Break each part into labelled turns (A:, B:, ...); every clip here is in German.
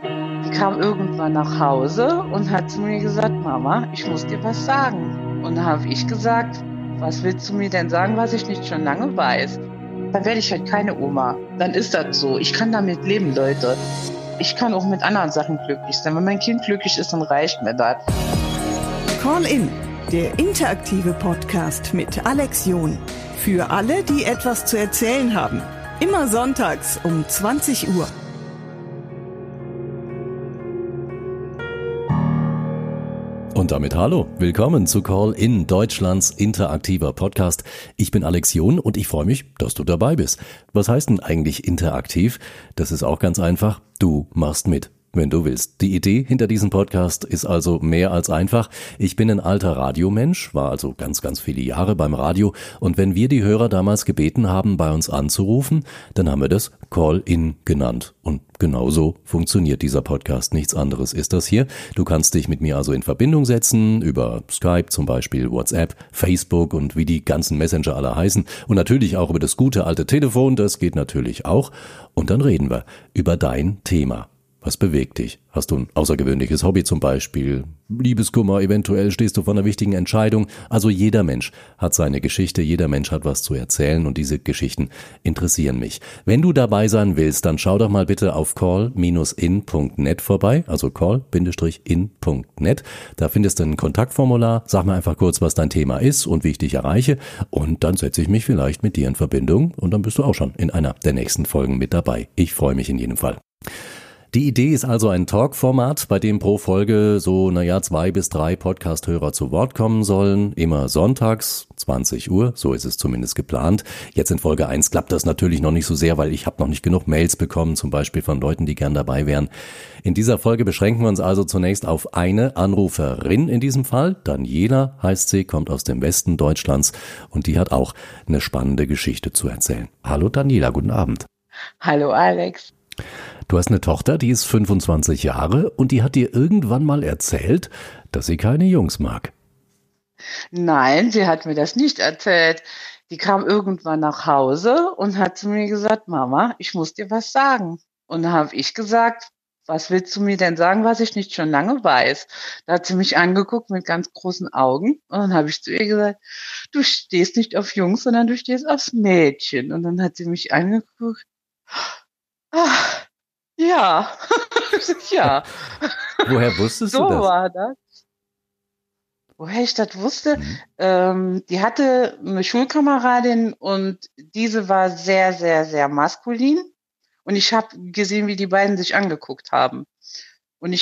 A: Die kam irgendwann nach Hause und hat zu mir gesagt, Mama, ich muss dir was sagen. Und da habe ich gesagt, was willst du mir denn sagen, was ich nicht schon lange weiß? Dann werde ich halt keine Oma. Dann ist das so. Ich kann damit leben, Leute. Ich kann auch mit anderen Sachen glücklich sein. Wenn mein Kind glücklich ist, dann reicht mir das.
B: Call in, der interaktive Podcast mit Alex John. Für alle, die etwas zu erzählen haben. Immer sonntags um 20 Uhr.
C: Und damit hallo, willkommen zu Call in, Deutschlands interaktiver Podcast. Ich bin Alex John und ich freue mich, dass du dabei bist. Was heißt denn eigentlich interaktiv? Das ist auch ganz einfach, du machst mit, wenn du willst. Die Idee hinter diesem Podcast ist also mehr als einfach. Ich bin ein alter Radiomensch, war also ganz viele Jahre beim Radio und wenn wir die Hörer damals gebeten haben, bei uns anzurufen, dann haben wir das Call-In genannt. Und genauso funktioniert dieser Podcast. Nichts anderes ist das hier. Du kannst dich mit mir also in Verbindung setzen, über Skype zum Beispiel, WhatsApp, Facebook und wie die ganzen Messenger alle heißen. Und natürlich auch über das gute alte Telefon, das geht natürlich auch. Und dann reden wir über dein Thema. Was bewegt dich? Hast du ein außergewöhnliches Hobby zum Beispiel? Liebeskummer, eventuell stehst du vor einer wichtigen Entscheidung. Also jeder Mensch hat seine Geschichte, jeder Mensch hat was zu erzählen und diese Geschichten interessieren mich. Wenn du dabei sein willst, dann schau doch mal bitte auf call-in.net vorbei, also call-in.net. Da findest du ein Kontaktformular, sag mir einfach kurz, was dein Thema ist und wie ich dich erreiche und dann setze ich mich vielleicht mit dir in Verbindung und dann bist du auch schon in einer der nächsten Folgen mit dabei. Ich freue mich in jedem Fall. Die Idee ist also ein Talk-Format, bei dem pro Folge so, 2 bis 3 Podcast-Hörer zu Wort kommen sollen. Immer sonntags, 20 Uhr, so ist es zumindest geplant. Jetzt in Folge 1 klappt das natürlich noch nicht so sehr, weil ich habe noch nicht genug Mails bekommen, zum Beispiel von Leuten, die gern dabei wären. In dieser Folge beschränken wir uns also zunächst auf eine Anruferin in diesem Fall. Daniela heißt sie, kommt aus dem Westen Deutschlands und die hat auch eine spannende Geschichte zu erzählen. Hallo Daniela, guten Abend.
A: Hallo Alex.
C: Du hast eine Tochter, die ist 25 Jahre und die hat dir irgendwann mal erzählt, dass sie keine Jungs mag.
A: Nein, sie hat mir das nicht erzählt. Die kam irgendwann nach Hause und hat zu mir gesagt, Mama, ich muss dir was sagen. Und da habe ich gesagt, was willst du mir denn sagen, was ich nicht schon lange weiß? Da hat sie mich angeguckt mit ganz großen Augen und dann habe ich zu ihr gesagt, du stehst nicht auf Jungs, sondern du stehst aufs Mädchen. Und dann hat sie mich angeguckt, ach, ja, ja,
C: Woher wusstest du
A: so
C: das?
A: war das. Woher ich das wusste? Die hatte eine Schulkameradin und diese war sehr, sehr, sehr maskulin. Und ich habe gesehen, wie die beiden sich angeguckt haben. Und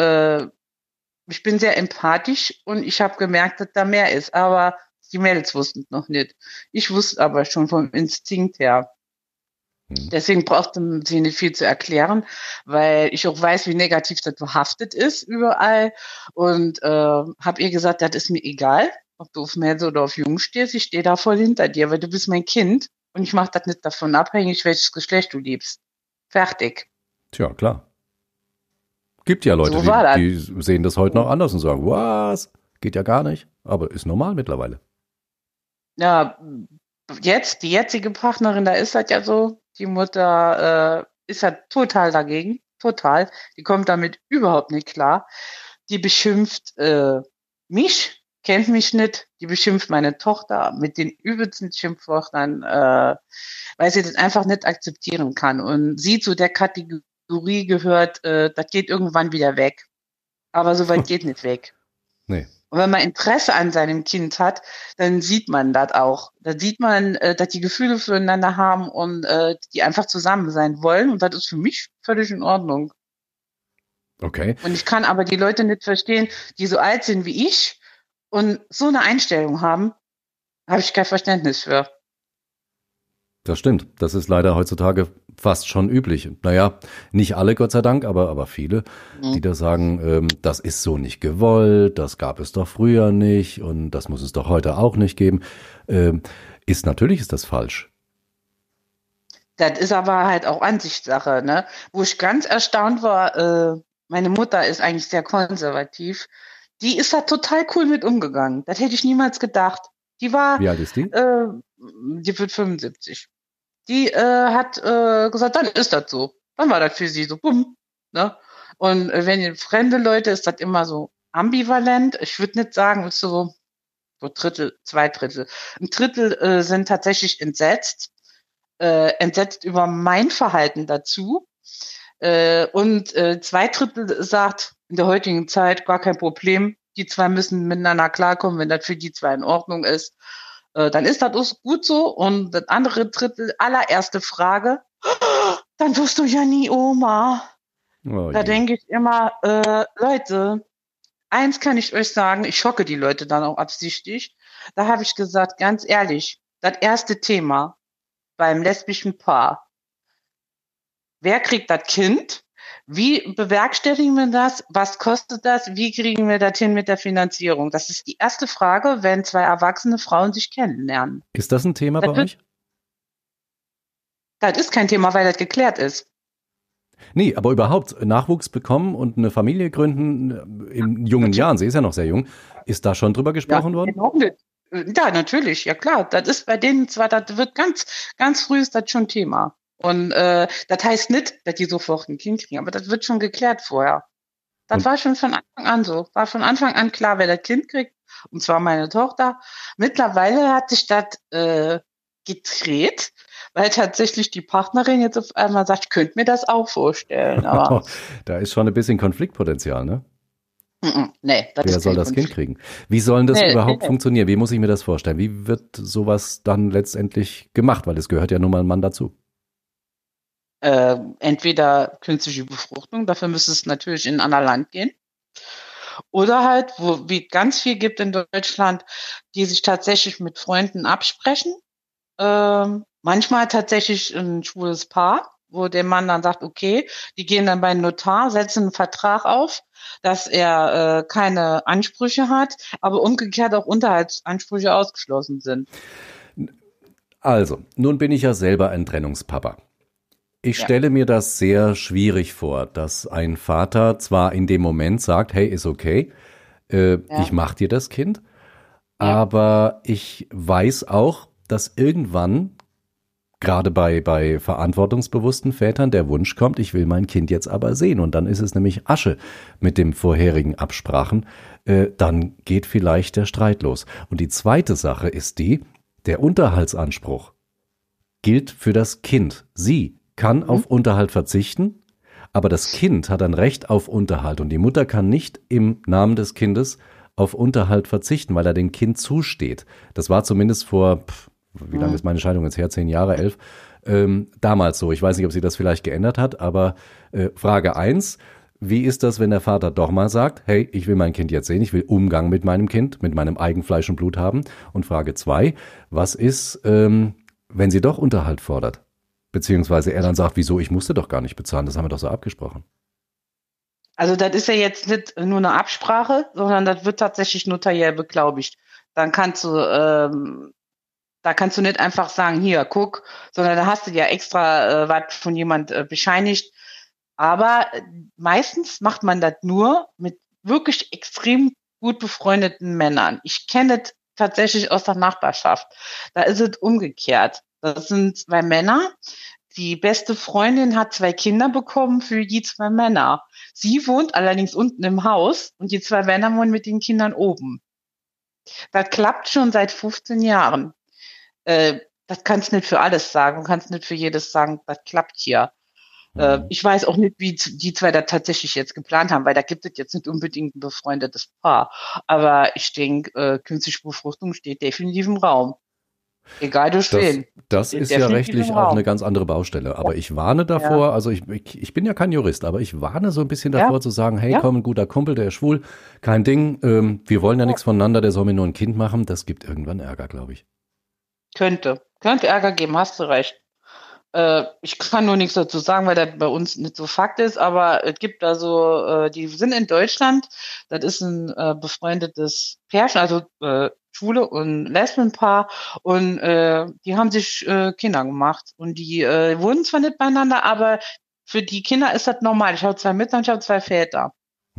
A: ich bin sehr empathisch und ich habe gemerkt, dass da mehr ist. Aber die Mädels wussten es noch nicht. Ich wusste aber schon vom Instinkt her. Deswegen brauchte sie nicht viel zu erklären, weil ich auch weiß, wie negativ das behaftet ist überall. Und habe ihr gesagt, das ist mir egal, ob du auf Mädels oder auf Jungs stehst. Ich stehe da voll hinter dir, weil du bist mein Kind. Und ich mache das nicht davon abhängig, welches Geschlecht du liebst. Fertig.
C: Tja, klar. Gibt ja Leute,
A: So war
C: die sehen das heute noch anders und sagen, was? Geht ja gar nicht. Aber ist normal mittlerweile.
A: Ja, jetzt, die jetzige Partnerin, da ist das ja so, die Mutter ist ja total dagegen, total. Die kommt damit überhaupt nicht klar. Die beschimpft mich, kennt mich nicht. Die beschimpft meine Tochter mit den übelsten Schimpfwörtern, weil sie das einfach nicht akzeptieren kann. Und sie zu der Kategorie gehört, das geht irgendwann wieder weg. Aber so weit geht nicht weg.
C: Nee.
A: Und wenn man Interesse an seinem Kind hat, dann sieht man das auch. Da sieht man, dass die Gefühle füreinander haben und die einfach zusammen sein wollen. Und das ist für mich völlig in Ordnung.
C: Okay.
A: Und ich kann aber die Leute nicht verstehen, die so alt sind wie ich und so eine Einstellung haben, habe ich kein Verständnis für.
C: Das stimmt. Das ist leider heutzutage fast schon üblich. Naja, nicht alle, Gott sei Dank, aber viele, die da sagen, das ist so nicht gewollt, das gab es doch früher nicht und das muss es doch heute auch nicht geben. Natürlich ist das falsch.
A: Das ist aber halt auch Ansichtssache, ne? Wo ich ganz erstaunt war, meine Mutter ist eigentlich sehr konservativ. Die ist da total cool mit umgegangen. Das hätte ich niemals gedacht. Die war,
C: Wie alt ist die?
A: die wird 75. Die hat gesagt, dann ist das so. Dann war das für sie so, bumm. Ne? Und wenn fremde Leute, ist das immer so ambivalent. Ich würde nicht sagen, ist so Drittel, 2 Drittel. Ein Drittel sind tatsächlich entsetzt. Entsetzt über mein Verhalten dazu. Und 2 Drittel sagt, in der heutigen Zeit gar kein Problem. Die zwei müssen miteinander klarkommen, wenn das für die zwei in Ordnung ist. Dann ist das gut so. Und das andere Drittel, allererste Frage, dann wirst du ja nie Oma.
C: Oh
A: Da
C: je.
A: denke ich immer, Leute, eins kann ich euch sagen, ich schocke die Leute dann auch absichtlich. Da habe ich gesagt, ganz ehrlich, das erste Thema beim lesbischen Paar, wer kriegt das Kind? Wie bewerkstelligen wir das? Was kostet das? Wie kriegen wir das hin mit der Finanzierung? Das ist die erste Frage, wenn zwei erwachsene Frauen sich kennenlernen.
C: Ist das ein Thema bei euch?
A: Das ist kein Thema, weil das geklärt ist.
C: Nee, aber überhaupt Nachwuchs bekommen und eine Familie gründen in jungen Jahren, sie ist ja noch sehr jung, ist da schon drüber gesprochen worden?
A: Genau. Ja, natürlich, ja klar. Das ist bei denen zwar, das wird ganz, ganz früh ist das schon Thema. Und das heißt nicht, dass die sofort ein Kind kriegen, aber das wird schon geklärt vorher. Das war schon von Anfang an so. War von Anfang an klar, wer das Kind kriegt, und zwar meine Tochter. Mittlerweile hat sich das gedreht, weil tatsächlich die Partnerin jetzt auf einmal sagt, ich könnte mir das auch vorstellen. Aber
C: Da ist schon ein bisschen Konfliktpotenzial, ne?
A: nee, das
C: Wer
A: ist
C: soll
A: kein
C: das Kind
A: Konflikt.
C: kriegen? Wie soll das überhaupt
A: Nee.
C: funktionieren? Wie muss ich mir das vorstellen? Wie wird sowas dann letztendlich gemacht? Weil es gehört ja nun mal ein Mann dazu.
A: Entweder künstliche Befruchtung, dafür müsste es natürlich in ein anderes Land gehen. Oder halt, wie ganz viel gibt in Deutschland, die sich tatsächlich mit Freunden absprechen. Manchmal tatsächlich ein schwules Paar, wo der Mann dann sagt, okay, die gehen dann bei einem Notar, setzen einen Vertrag auf, dass er keine Ansprüche hat, aber umgekehrt auch Unterhaltsansprüche ausgeschlossen sind.
C: Also, nun bin ich ja selber ein Trennungspapa. Ich stelle mir das sehr schwierig vor, dass ein Vater zwar in dem Moment sagt, hey, ist okay, ich mach dir das Kind, aber ich weiß auch, dass irgendwann, gerade bei verantwortungsbewussten Vätern, der Wunsch kommt, ich will mein Kind jetzt aber sehen. Und dann ist es nämlich Asche mit dem vorherigen Absprachen. Dann geht vielleicht der Streit los. Und die zweite Sache ist die, der Unterhaltsanspruch gilt für das Kind. Sie kann auf Unterhalt verzichten, aber das Kind hat ein Recht auf Unterhalt. Und die Mutter kann nicht im Namen des Kindes auf Unterhalt verzichten, weil er dem Kind zusteht. Das war zumindest vor, wie lange ist meine Scheidung jetzt her? 10 Jahre, 11. Damals so. Ich weiß nicht, ob sie das vielleicht geändert hat, aber Frage 1, wie ist das, wenn der Vater doch mal sagt, hey, ich will mein Kind jetzt sehen, ich will Umgang mit meinem Kind, mit meinem Eigenfleisch und Blut haben? Und Frage 2, was ist, wenn sie doch Unterhalt fordert? Beziehungsweise er dann sagt, wieso, ich musste doch gar nicht bezahlen, das haben wir doch so abgesprochen.
A: Also das ist ja jetzt nicht nur eine Absprache, sondern das wird tatsächlich notariell beglaubigt. Dann kannst du, da kannst du nicht einfach sagen, hier, guck, sondern da hast du ja extra was von jemand bescheinigt. Aber meistens macht man das nur mit wirklich extrem gut befreundeten Männern. Ich kenne das tatsächlich aus der Nachbarschaft. Da ist es umgekehrt. Das sind 2 Männer. Die beste Freundin hat 2 Kinder bekommen für die 2 Männer. Sie wohnt allerdings unten im Haus und die 2 Männer wohnen mit den Kindern oben. Das klappt schon seit 15 Jahren. Das kannst du nicht für alles sagen. Du kannst nicht für jedes sagen, das klappt hier. Ich weiß auch nicht, wie die 2 da tatsächlich jetzt geplant haben, weil da gibt es jetzt nicht unbedingt ein befreundetes Paar. Aber ich denke, künstliche Befruchtung steht definitiv im Raum. Egal durch wen.
C: Das ist ja rechtlich auch eine ganz andere Baustelle. Aber ich warne davor, also ich bin ja kein Jurist, aber ich warne so ein bisschen davor zu sagen, hey, komm, ein guter Kumpel, der ist schwul, kein Ding, wir wollen ja nichts voneinander, der soll mir nur ein Kind machen. Das gibt irgendwann Ärger, glaube ich.
A: Könnte Ärger geben, hast du recht. Ich kann nur nichts dazu sagen, weil das bei uns nicht so Fakt ist, aber es gibt da so, die sind in Deutschland, das ist ein befreundetes Pärchen, also Schwule und Lesbenpaar, und die haben sich Kinder gemacht und die wohnen zwar nicht beieinander, aber für die Kinder ist das normal. Ich habe 2 Mütter und ich habe 2 Väter.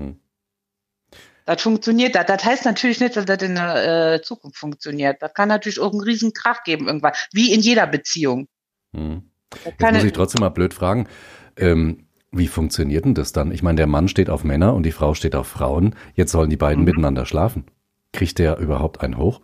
A: Das funktioniert. Das heißt natürlich nicht, dass das in der Zukunft funktioniert. Das kann natürlich auch einen riesen Krach geben irgendwann, wie in jeder Beziehung.
C: Jetzt muss ich trotzdem mal blöd fragen. Wie funktioniert denn das dann? Ich meine, der Mann steht auf Männer und die Frau steht auf Frauen. Jetzt sollen die beiden miteinander schlafen. Kriegt der überhaupt einen hoch?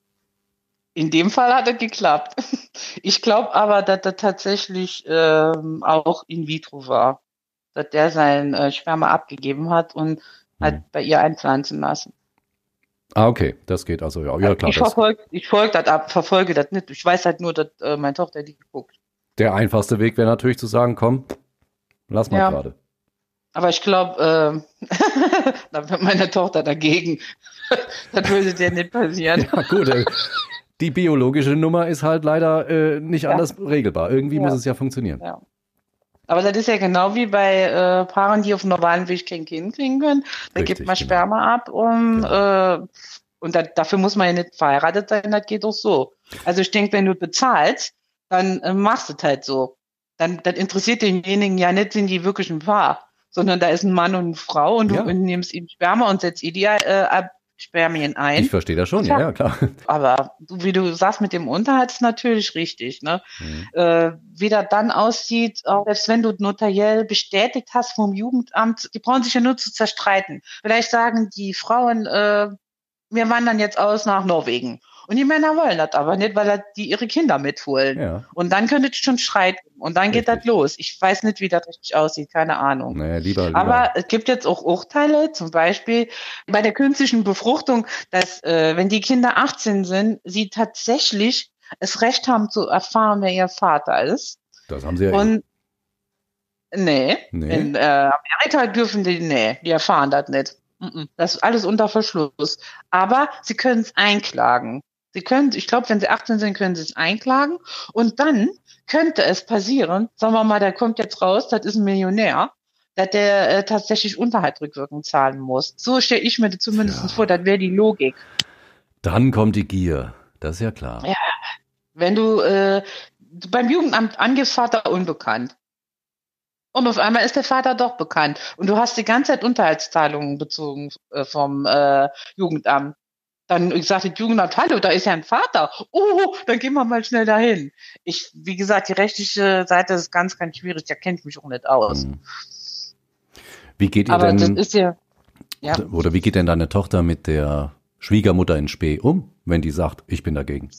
A: In dem Fall hat es geklappt. Ich glaube aber, dass das tatsächlich auch in vitro war. Dass der sein Sperma abgegeben hat und hat bei ihr einpflanzen lassen.
C: Ah, okay, das geht also, ja klar.
A: Verfolge das nicht. Ich weiß halt nur, dass meine Tochter die guckt.
C: Der einfachste Weg wäre natürlich zu sagen, komm, lass mal gerade.
A: Aber ich glaube, da wird meine Tochter dagegen. Das würde dir nicht passieren.
C: Ja, gut. Die biologische Nummer ist halt leider nicht anders regelbar. Irgendwie muss es ja funktionieren. Ja.
A: Aber das ist ja genau wie bei Paaren, die auf normalem Weg kein Kind kriegen können. Da gibt man Sperma ab und dafür muss man ja nicht verheiratet sein, das geht auch so. Also ich denke, wenn du bezahlst, dann machst du es halt so. Dann interessiert denjenigen ja nicht, sind die wirklich ein Paar, sondern da ist ein Mann und eine Frau und du nimmst ihm Sperma und setzt die Spermien ein.
C: Ich verstehe das schon, ja, klar.
A: Aber wie du sagst, mit dem Unterhalt ist natürlich richtig, ne? Wie das dann aussieht, auch selbst wenn du notariell bestätigt hast vom Jugendamt, die brauchen sich ja nur zu zerstreiten. Vielleicht sagen die Frauen, wir wandern jetzt aus nach Norwegen. Und die Männer wollen das aber nicht, weil die ihre Kinder mitholen. Ja. Und dann könnte es schon streiten. Und dann geht das los. Ich weiß nicht, wie das richtig aussieht. Keine Ahnung.
C: Naja, lieber.
A: Aber es gibt jetzt auch Urteile, zum Beispiel bei der künstlichen Befruchtung, dass, wenn die Kinder 18 sind, sie tatsächlich das Recht haben zu erfahren, wer ihr Vater ist.
C: Das haben sie ja.
A: Und nee. In Amerika dürfen die erfahren das nicht. Das ist alles unter Verschluss. Aber sie können es einklagen. Ich glaube, wenn sie 18 sind, können sie es einklagen. Und dann könnte es passieren, sagen wir mal, der kommt jetzt raus, das ist ein Millionär, dass der tatsächlich Unterhalt rückwirkend zahlen muss. So stelle ich mir das zumindest vor, das wäre die Logik.
C: Dann kommt die Gier, das ist ja klar.
A: Ja, wenn du beim Jugendamt angibst, Vater unbekannt. Und auf einmal ist der Vater doch bekannt. Und du hast die ganze Zeit Unterhaltszahlungen bezogen vom Jugendamt. Dann sagt das Jugendamt, hallo, da ist ja ein Vater. Oh, dann gehen wir mal schnell dahin. Wie gesagt, die rechtliche Seite ist ganz, ganz schwierig. Da kennt mich auch nicht aus.
C: Wie geht ihr
A: Aber
C: denn,
A: das ist ja.
C: Oder wie geht denn deine Tochter mit der Schwiegermutter in Spee um, wenn die sagt, ich bin dagegen?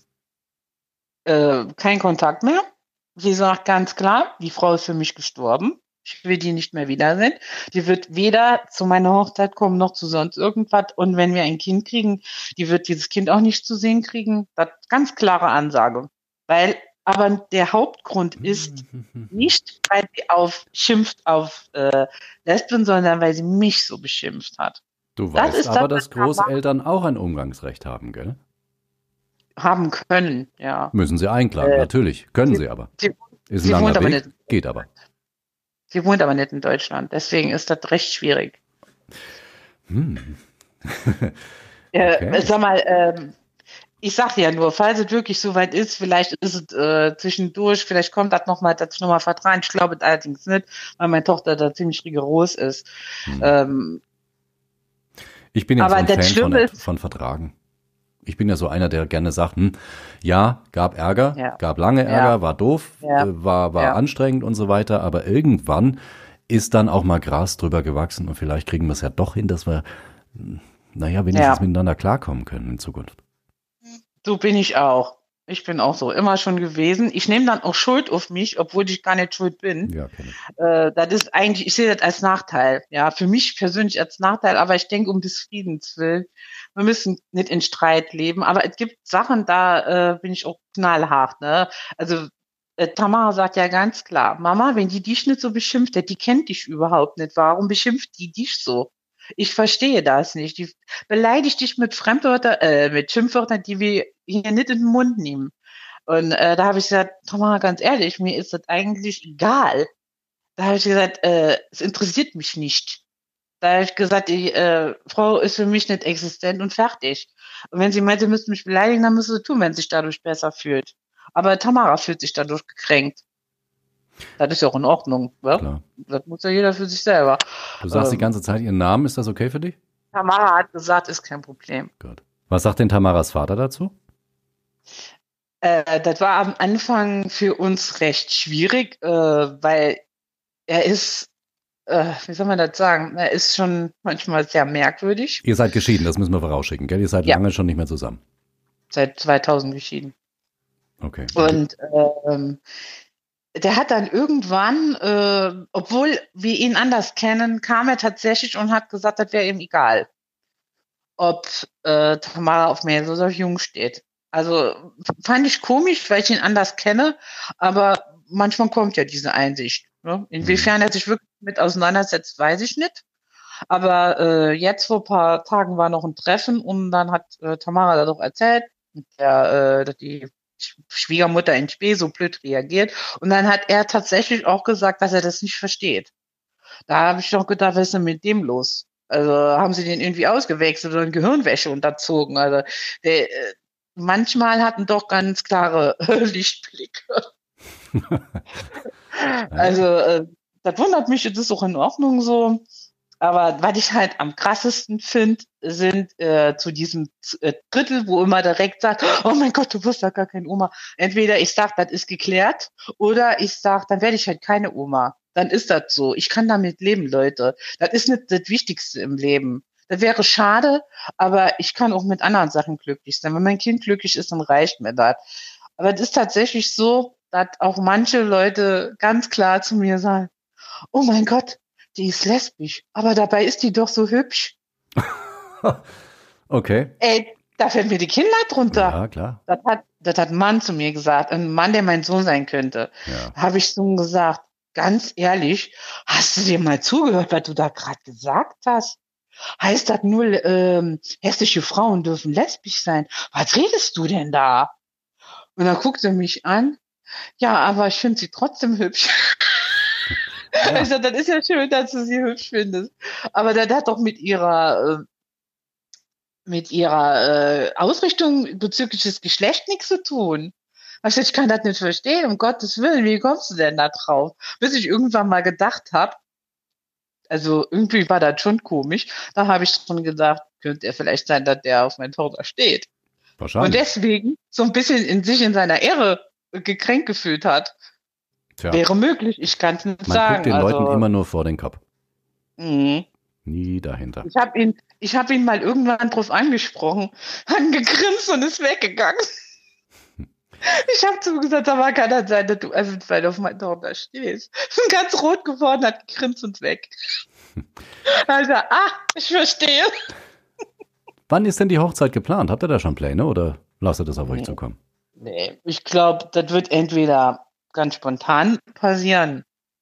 A: Kein Kontakt mehr. Sie sagt ganz klar, die Frau ist für mich gestorben. Ich will die nicht mehr wiedersehen. Die wird weder zu meiner Hochzeit kommen, noch zu sonst irgendwas. Und wenn wir ein Kind kriegen, die wird dieses Kind auch nicht zu sehen kriegen. Das ist ganz klare Ansage. Aber der Hauptgrund ist nicht, weil sie schimpft auf Lesben, sondern weil sie mich so beschimpft hat.
C: Du weißt aber, dass Großeltern auch ein Umgangsrecht haben, gell?
A: Haben können, ja.
C: Müssen sie einklagen, natürlich. Können sie aber. Ist ein langer Weg, geht aber.
A: Sie wohnt aber nicht in Deutschland, deswegen ist das recht schwierig.
C: Okay.
A: Sag mal, ich sag dir ja nur, falls es wirklich soweit ist, vielleicht ist es zwischendurch, vielleicht kommt das nochmal, dass ich nochmal vertragen. Ich glaube allerdings nicht, weil meine Tochter da ziemlich rigoros ist.
C: Ich bin ja so ein Fan von Vertragen. Ich bin ja so einer, der gerne sagt, gab Ärger, gab lange Ärger, war doof, war anstrengend und so weiter, aber irgendwann ist dann auch mal Gras drüber gewachsen und vielleicht kriegen wir es ja doch hin, dass wir, wenigstens miteinander klarkommen können in Zukunft.
A: So bin ich auch. Ich bin auch so, immer schon gewesen. Ich nehme dann auch Schuld auf mich, obwohl ich gar nicht schuld bin. Ja, das ist eigentlich, ich sehe das als Nachteil. Ja, für mich persönlich als Nachteil, aber ich denke, um des Friedens willen, wir müssen nicht in Streit leben. Aber es gibt Sachen, da bin ich auch knallhart. Ne? Also Tamara sagt ja ganz klar, Mama, wenn die dich nicht so beschimpft hat, die kennt dich überhaupt nicht. Warum beschimpft die dich so? Ich verstehe das nicht. Die beleidigt dich mit Fremdwörtern, mit Schimpfwörtern, die wir hier nicht in den Mund nehmen. Und da habe ich gesagt, Tamara, ganz ehrlich, mir ist das eigentlich egal. Da habe ich gesagt, es interessiert mich nicht. Da habe ich gesagt, die Frau ist für mich nicht existent und fertig. Und wenn sie meint, sie müsste mich beleidigen, dann müsste sie tun, wenn sie sich dadurch besser fühlt. Aber Tamara fühlt sich dadurch gekränkt. Das ist ja auch in Ordnung. Ja? Klar. Das muss ja jeder für sich selber.
C: Du sagst die ganze Zeit ihren Namen, ist das okay für dich?
A: Tamara hat gesagt, ist kein Problem.
C: Gut. Was sagt denn Tamaras Vater dazu?
A: Das war am Anfang für uns recht schwierig, weil er ist wie soll man das sagen? Er ist schon manchmal sehr merkwürdig.
C: Ihr seid geschieden, das müssen wir vorausschicken, gell? Ihr seid lange schon nicht mehr zusammen.
A: Seit 2000 geschieden.
C: Okay.
A: Und der hat dann irgendwann, obwohl wir ihn anders kennen, kam er tatsächlich und hat gesagt, das wäre ihm egal, ob Tamara auf Mädels oder auf Jungs steht. Also fand ich komisch, weil ich ihn anders kenne, aber manchmal kommt ja diese Einsicht. Ne? Inwiefern er sich wirklich mit auseinandersetzt, weiß ich nicht. Aber jetzt vor ein paar Tagen war noch ein Treffen und dann hat Tamara da doch erzählt, dass die Schwiegermutter in Spee so blöd reagiert. Und dann hat er tatsächlich auch gesagt, dass er das nicht versteht. Da habe ich doch gedacht, was ist denn mit dem los? Also haben sie den irgendwie ausgewechselt oder eine Gehirnwäsche unterzogen? Also manchmal hatten doch ganz klare Lichtblicke. Also das wundert mich, das ist auch in Ordnung so. Aber was ich halt am krassesten finde, sind zu diesem Drittel, wo immer direkt sagt, oh mein Gott, du wirst ja gar keine Oma. Entweder ich sag, das ist geklärt, oder ich sag, dann werde ich halt keine Oma. Dann ist das so. Ich kann damit leben, Leute. Das ist nicht das Wichtigste im Leben. Das wäre schade, aber ich kann auch mit anderen Sachen glücklich sein. Wenn mein Kind glücklich ist, dann reicht mir das. Aber es ist tatsächlich so, dass auch manche Leute ganz klar zu mir sagen, oh mein Gott, die ist lesbisch, aber dabei ist die doch so hübsch.
C: Okay.
A: Ey, da fällt mir die Kinder drunter.
C: Ja, klar.
A: Das hat ein Mann zu mir gesagt, ein Mann, der mein Sohn sein könnte.
C: Ja.
A: Da habe ich so gesagt, ganz ehrlich, hast du dir mal zugehört, was du da gerade gesagt hast? Heißt das nur, hässliche Frauen dürfen lesbisch sein? Was redest du denn da? Und dann guckt er mich an. Ja, aber ich finde sie trotzdem hübsch. Ja. Also, das ist ja schön, dass du sie hübsch findest. Aber das hat doch mit ihrer Ausrichtung bezüglich des Geschlechts nichts zu tun. Also ich kann das nicht verstehen, um Gottes Willen, wie kommst du denn da drauf? Bis ich irgendwann mal gedacht habe, also irgendwie war das schon komisch, da habe ich schon gedacht, könnte er vielleicht sein, dass der auf meine Tochter steht.
C: Wahrscheinlich.
A: Und deswegen so ein bisschen in seiner Ehre gekränkt gefühlt hat.
C: Tja.
A: Wäre möglich, ich kann es nicht sagen.
C: Man guckt den Leuten immer nur vor den Kopf.
A: Mhm.
C: Nie dahinter.
A: Ich hab ihn mal irgendwann drauf angesprochen, hat gegrinst und ist weggegangen. Ich habe zu ihm gesagt, aber kann das sein, dass du eventuell auf meiner Tochter stehst. Ist ganz rot geworden, hat gegrinst und weg. Also, ich verstehe.
C: Wann ist denn die Hochzeit geplant? Habt ihr da schon Pläne oder lasst ihr das auf euch zukommen?
A: Nee, ich glaube, das wird entweder ganz spontan passieren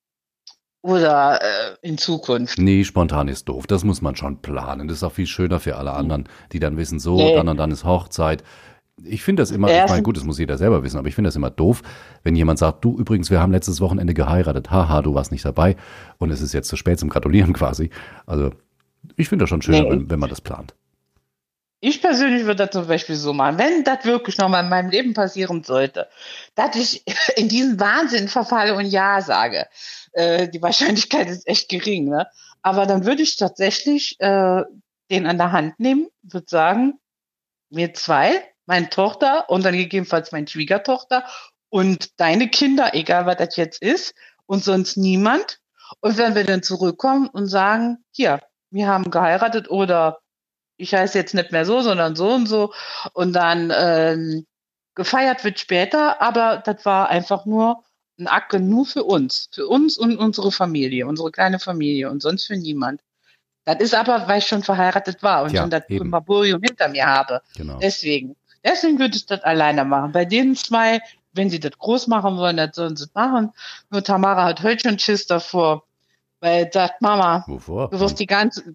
A: oder in Zukunft.
C: Nee, spontan ist doof. Das muss man schon planen. Das ist auch viel schöner für alle anderen, die dann wissen, so, dann und dann ist Hochzeit. Ich finde das immer, ich meine, gut, das muss jeder selber wissen, aber ich finde das immer doof, wenn jemand sagt, du übrigens, wir haben letztes Wochenende geheiratet, haha, du warst nicht dabei und es ist jetzt zu spät zum Gratulieren quasi. Also ich finde das schon schöner, wenn man das plant.
A: Ich persönlich würde das zum Beispiel so machen, wenn das wirklich nochmal in meinem Leben passieren sollte, dass ich in diesen Wahnsinn verfalle und Ja sage. Die Wahrscheinlichkeit ist echt gering, ne? Aber dann würde ich tatsächlich den an der Hand nehmen, würde sagen, wir zwei, meine Tochter und dann gegebenenfalls meine Schwiegertochter und deine Kinder, egal was das jetzt ist, und sonst niemand. Und wenn wir dann zurückkommen und sagen, hier, wir haben geheiratet oder ich heiße jetzt nicht mehr so, sondern so und so. Und dann gefeiert wird später, aber das war einfach nur ein Akt nur für uns und unsere Familie, unsere kleine Familie und sonst für niemand. Das ist aber, weil ich schon verheiratet war und schon das Brimborium hinter mir habe. Genau. Deswegen würde ich das alleine machen. Bei den zwei, wenn sie das groß machen wollen, dann sollen sie es machen. Nur Tamara hat heute schon Schiss davor, weil sagt, Mama,
C: wovor?
A: Du wirst die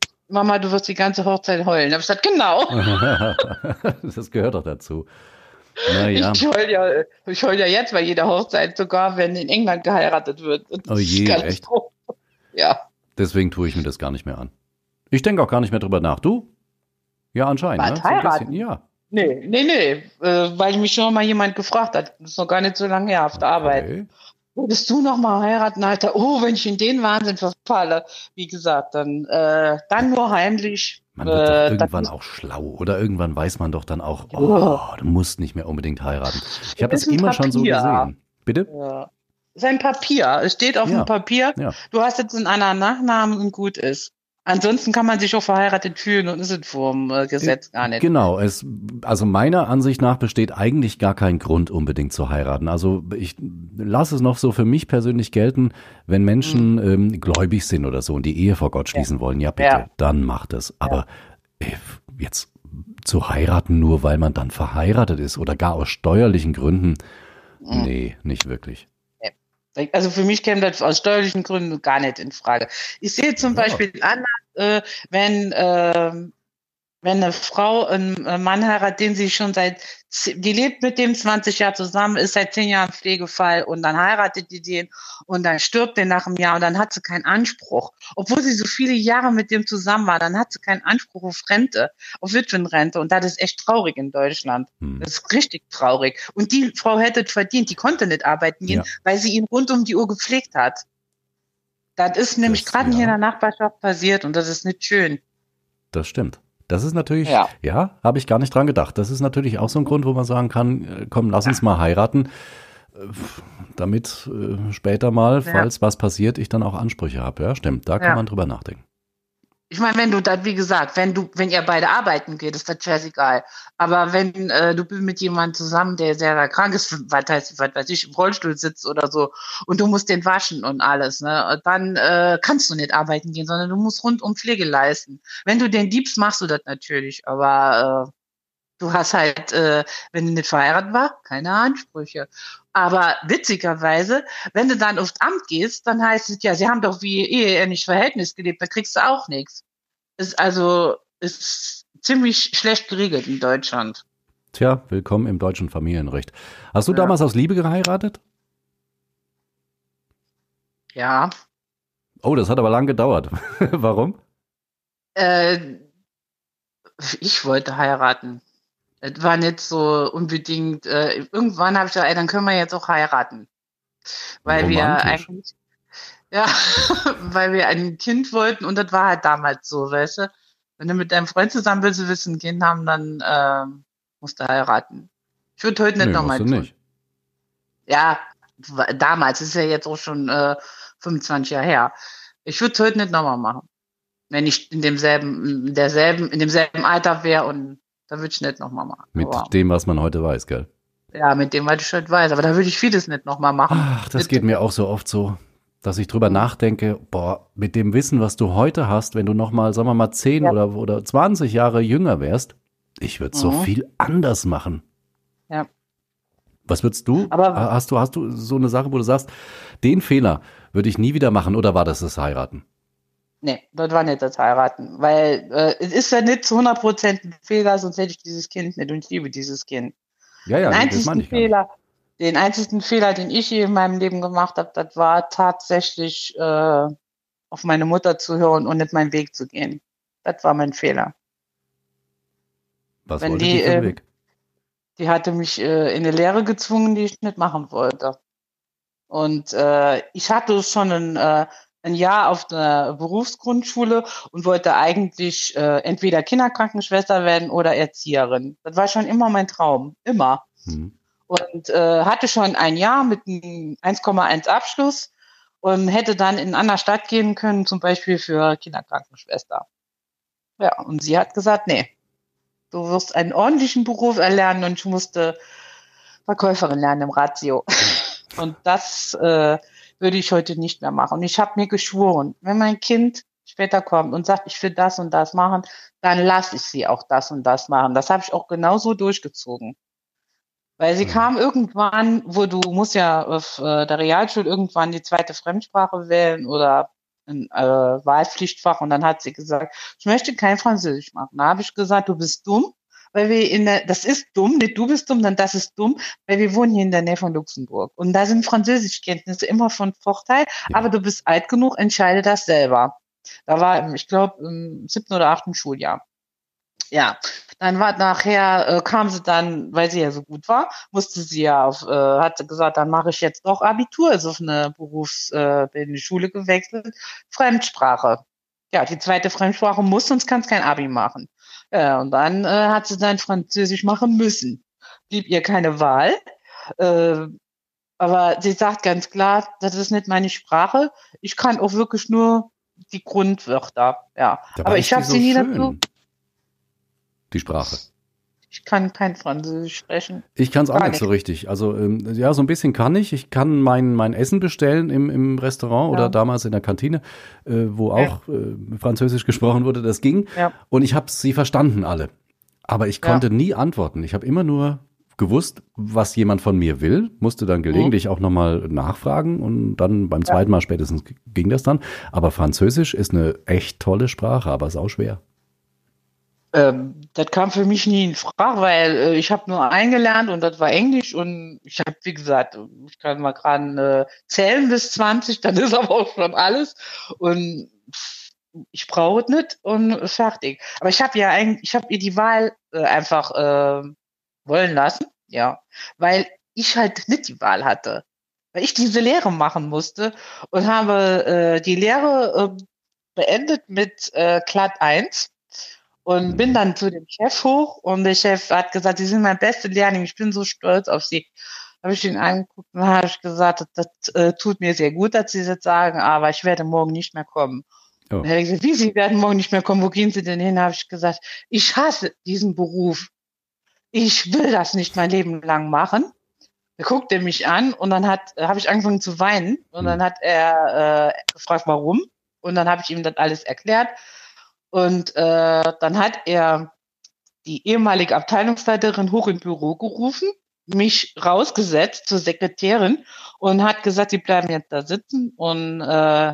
A: ganze Hochzeit heulen. Da habe ich gesagt, genau.
C: Das gehört doch dazu. Naja.
A: Ich heul ja jetzt bei jeder Hochzeit, sogar wenn in England geheiratet wird.
C: Oh je, echt?
A: Ja.
C: Deswegen tue ich mir das gar nicht mehr an. Ich denke auch gar nicht mehr drüber nach. Du? Ja, anscheinend.
A: Ne? Heiraten?
C: So ja.
A: Nee. Weil mich schon mal jemand gefragt hat. Das ist noch gar nicht so lange her auf der Arbeit. Würdest du noch mal heiraten, Alter? Oh, wenn ich in den Wahnsinn verfalle. Wie gesagt, dann nur heimlich.
C: Man wird doch irgendwann auch schlau. Oder irgendwann weiß man doch dann auch, du musst nicht mehr unbedingt heiraten. Ich habe das immer schon so gesehen. Bitte?
A: Ja. Sein Papier. Es steht auf dem Papier,
C: ja.
A: du hast jetzt einen anderen Nachnamen und gut ist. Ansonsten kann man sich auch verheiratet fühlen und ist es vom Gesetz gar nicht.
C: Genau, also meiner Ansicht nach besteht eigentlich gar kein Grund, unbedingt zu heiraten. Also ich lasse es noch so für mich persönlich gelten, wenn Menschen gläubig sind oder so und die Ehe vor Gott schließen wollen, ja bitte, dann macht es. Aber jetzt zu heiraten, nur weil man dann verheiratet ist oder gar aus steuerlichen Gründen, nee, nicht wirklich.
A: Also für mich käme das aus steuerlichen Gründen gar nicht in Frage. Ich sehe zum Beispiel anders, wenn eine Frau einen Mann heiratet, den sie schon die lebt mit dem 20 Jahre zusammen, ist seit 10 Jahren Pflegefall und dann heiratet die den und dann stirbt der nach einem Jahr und dann hat sie keinen Anspruch. Obwohl sie so viele Jahre mit dem zusammen war, dann hat sie keinen Anspruch auf Rente, auf Witwenrente und das ist echt traurig in Deutschland. Das ist richtig traurig. Und die Frau hätte verdient, die konnte nicht arbeiten gehen, weil sie ihn rund um die Uhr gepflegt hat. Das ist nämlich gerade hier in der Nachbarschaft passiert und das ist nicht schön.
C: Das stimmt. Das ist natürlich, habe ich gar nicht dran gedacht. Das ist natürlich auch so ein Grund, wo man sagen kann, komm, lass uns mal heiraten, damit später mal, falls was passiert, ich dann auch Ansprüche habe. Ja, stimmt, da kann man drüber nachdenken.
A: Ich meine, wenn du das, wie gesagt, wenn ihr beide arbeiten geht, ist das scheißegal. Aber wenn du bist mit jemandem zusammen, der sehr krank ist, was weiß ich, im Rollstuhl sitzt oder so, und du musst den waschen und alles, ne, dann kannst du nicht arbeiten gehen, sondern du musst rundum Pflege leisten. Wenn du den liebst, machst du das natürlich, aber du hast halt, wenn du nicht verheiratet warst, keine Ansprüche. Aber witzigerweise, wenn du dann aufs Amt gehst, dann heißt es ja, sie haben doch wie eheähnliches Verhältnis gelebt, da kriegst du auch nichts. Ist ziemlich schlecht geregelt in Deutschland.
C: Tja, willkommen im deutschen Familienrecht. Hast du damals aus Liebe geheiratet?
A: Ja.
C: Oh, das hat aber lang gedauert. Warum?
A: Ich wollte heiraten. Es war nicht so unbedingt, irgendwann habe ich gesagt, dann können wir jetzt auch heiraten. Weil weil wir ein Kind wollten und das war halt damals so, weißt du. Wenn du mit deinem Freund zusammen willst, du willst ein Kind haben, dann musst du heiraten. Ich würde heute nicht nochmal tun. Nicht. Ja, damals, ist ja jetzt auch schon 25 Jahre her. Ich würde es heute nicht nochmal machen. Wenn ich in demselben Alter wäre und da würde ich nicht nochmal machen.
C: Mit dem, was man heute weiß, gell?
A: Ja, mit dem, was ich heute weiß. Aber da würde ich vieles nicht nochmal machen.
C: Ach, das geht mir auch so oft so, dass ich drüber nachdenke, mit dem Wissen, was du heute hast, wenn du nochmal, sagen wir mal, 10 oder 20 Jahre jünger wärst, ich würde so viel anders machen. Ja. Was würdest du? Aber hast du so eine Sache, wo du sagst, den Fehler würde ich nie wieder machen, oder war das Heiraten?
A: Nee, das war nicht das Heiraten, weil es ist ja nicht zu 100% ein Fehler, sonst hätte ich dieses Kind nicht und ich liebe dieses Kind.
C: Ja,
A: Den einzigen Fehler, den ich je in meinem Leben gemacht habe, das war tatsächlich auf meine Mutter zu hören und nicht meinen Weg zu gehen. Das war mein Fehler.
C: Was wollte die für einen Weg?
A: Die hatte mich in eine Lehre gezwungen, die ich nicht machen wollte. Und ich hatte schon ein Jahr auf der Berufsgrundschule und wollte eigentlich entweder Kinderkrankenschwester werden oder Erzieherin. Das war schon immer mein Traum, immer. Und hatte schon ein Jahr mit einem 1,1 Abschluss und hätte dann in eine andere Stadt gehen können, zum Beispiel für Kinderkrankenschwester. Ja, und sie hat gesagt, nee, du wirst einen ordentlichen Beruf erlernen und ich musste Verkäuferin lernen im Ratio. Und das würde ich heute nicht mehr machen. Und ich habe mir geschworen, wenn mein Kind später kommt und sagt, ich will das und das machen, dann lasse ich sie auch das und das machen. Das habe ich auch genauso durchgezogen. Weil sie kam irgendwann, du musst ja auf der Realschule irgendwann die zweite Fremdsprache wählen oder ein Wahlpflichtfach und dann hat sie gesagt, ich möchte kein Französisch machen. Da habe ich gesagt, du bist dumm, weil das ist dumm, nicht du bist dumm, sondern das ist dumm, weil wir wohnen hier in der Nähe von Luxemburg. Und da sind Französischkenntnisse immer von Vorteil, aber du bist alt genug, entscheide das selber. Da war, ich glaube, im 7. oder 8. Schuljahr. Ja, dann kam sie dann, weil sie ja so gut war, musste sie ja hat sie gesagt, dann mache ich jetzt doch Abitur, ist auf eine berufsbildende Schule gewechselt, Fremdsprache. Ja, die zweite Fremdsprache muss, sonst kannst kein Abi machen. Ja, und dann hat sie dann Französisch machen müssen. Blieb ihr keine Wahl. Aber sie sagt ganz klar, das ist nicht meine Sprache. Ich kann auch wirklich nur die Grundwörter, ja.
C: Dabei
A: aber ich habe
C: so
A: sie nie
C: schön,
A: dazu.
C: die Sprache.
A: Ich kann kein Französisch sprechen.
C: Ich kann es auch nicht so richtig. Also ja, so ein bisschen kann ich. Ich kann mein Essen bestellen im Restaurant oder damals in der Kantine, wo auch Französisch gesprochen wurde. Das ging. Ja. Und ich habe sie verstanden alle. Aber ich konnte nie antworten. Ich habe immer nur gewusst, was jemand von mir will, musste dann gelegentlich auch nochmal nachfragen und dann beim zweiten Mal spätestens ging das dann. Aber Französisch ist eine echt tolle Sprache, aber ist auch schwer.
A: Das kam für mich nie in Frage, weil ich habe nur eingelernt und das war Englisch und ich habe, wie gesagt, ich kann mal gerade zählen bis 20, dann ist aber auch schon alles und ich brauche es nicht und fertig. Aber ich habe ihr die Wahl einfach wollen lassen, weil ich halt nicht die Wahl hatte, weil ich diese Lehre machen musste und habe die Lehre beendet mit Glatt 1. Und bin dann zu dem Chef hoch und der Chef hat gesagt, Sie sind mein bester Lehrling, ich bin so stolz auf Sie. Da habe ich ihn angeguckt und habe ich gesagt, das tut mir sehr gut, dass Sie das jetzt sagen, aber ich werde morgen nicht mehr kommen. Oh. Und er hat gesagt, wie, Sie werden morgen nicht mehr kommen, wo gehen Sie denn hin? Da habe ich gesagt, ich hasse diesen Beruf. Ich will das nicht mein Leben lang machen. Da guckt er mich an und dann habe ich angefangen zu weinen und dann hat er gefragt, warum. Und dann habe ich ihm das alles erklärt. Und dann hat er die ehemalige Abteilungsleiterin hoch ins Büro gerufen, mich rausgesetzt zur Sekretärin und hat gesagt, Sie bleiben jetzt da sitzen und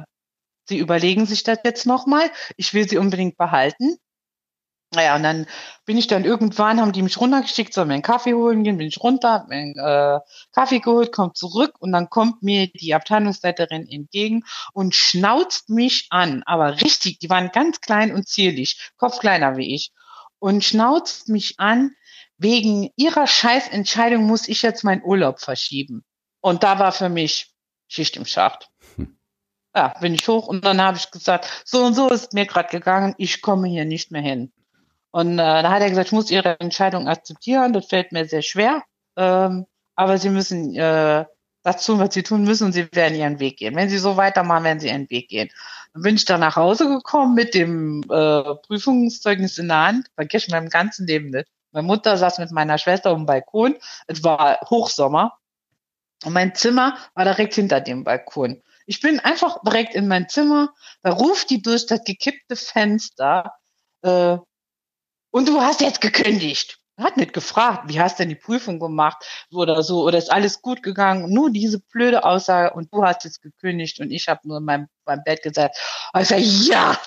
A: Sie überlegen sich das jetzt nochmal. Ich will Sie unbedingt behalten. Naja, und dann bin ich dann irgendwann, haben die mich runtergeschickt, soll mir einen Kaffee holen gehen, bin ich runter, hab mir einen Kaffee geholt, komme zurück und dann kommt mir die Abteilungsleiterin entgegen und schnauzt mich an, aber richtig, die waren ganz klein und zierlich, Kopf kleiner wie ich und schnauzt mich an, wegen ihrer Scheißentscheidung muss ich jetzt meinen Urlaub verschieben. Und da war für mich Schicht im Schacht. Ja, bin ich hoch und dann habe ich gesagt, so und so ist mir gerade gegangen, ich komme hier nicht mehr hin. Und da hat er gesagt, ich muss Ihre Entscheidung akzeptieren, das fällt mir sehr schwer, aber Sie müssen das tun, was Sie tun müssen und Sie werden Ihren Weg gehen. Wenn Sie so weitermachen, werden Sie Ihren Weg gehen. Dann bin ich dann nach Hause gekommen mit dem Prüfungszeugnis in der Hand, vergesse ich meinem ganzen Leben nicht. Meine Mutter saß mit meiner Schwester auf dem Balkon, es war Hochsommer und mein Zimmer war direkt hinter dem Balkon. Ich bin einfach direkt in mein Zimmer, da ruft die durch das gekippte Fenster, und du hast jetzt gekündigt. Hat nicht gefragt, wie hast du denn die Prüfung gemacht oder so, oder ist alles gut gegangen? Nur diese blöde Aussage und du hast jetzt gekündigt und ich habe nur in meinem Bett gesagt, also ja,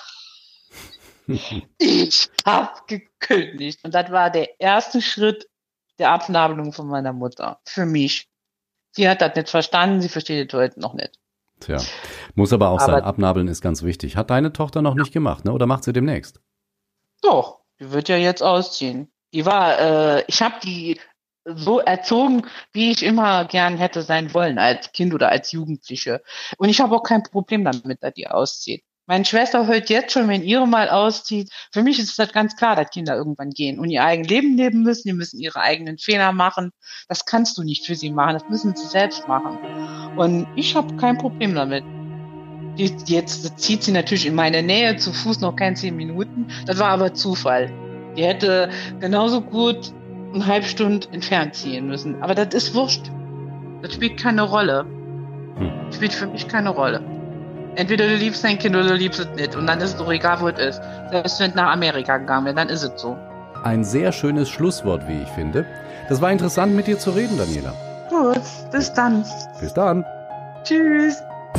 A: ich habe gekündigt. Und das war der erste Schritt der Abnabelung von meiner Mutter, für mich. Sie hat das nicht verstanden, sie versteht das heute noch nicht.
C: Tja, muss aber auch sein, abnabeln ist ganz wichtig. Hat deine Tochter noch nicht gemacht, ne? Oder macht sie demnächst?
A: Doch. Die wird ja jetzt ausziehen. Die war, ich habe die so erzogen, wie ich immer gern hätte sein wollen, als Kind oder als Jugendliche. Und ich habe auch kein Problem damit, dass die auszieht. Meine Schwester hört jetzt schon, wenn ihre mal auszieht, für mich ist das ganz klar, dass Kinder irgendwann gehen und ihr eigenes Leben leben müssen, die müssen ihre eigenen Fehler machen. Das kannst du nicht für sie machen, das müssen sie selbst machen. Und ich habe kein Problem damit. Jetzt zieht sie natürlich in meine Nähe, zu Fuß noch keine 10 Minuten. Das war aber Zufall. Die hätte genauso gut eine halbe Stunde entfernt ziehen müssen. Aber das ist wurscht. Das spielt keine Rolle. Das spielt für mich keine Rolle. Entweder du liebst dein Kind oder du liebst es nicht. Und dann ist es doch egal, wo es ist. Selbst wenn es nach Amerika gegangen wäre, dann ist es so.
C: Ein sehr schönes Schlusswort, wie ich finde. Das war interessant, mit dir zu reden, Daniela.
A: Gut, bis dann.
C: Bis dann.
A: Tschüss.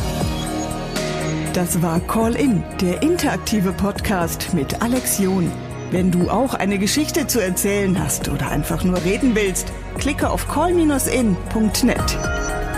B: Das war Call In, der interaktive Podcast mit Alex John. Wenn du auch eine Geschichte zu erzählen hast oder einfach nur reden willst, klicke auf call-in.net.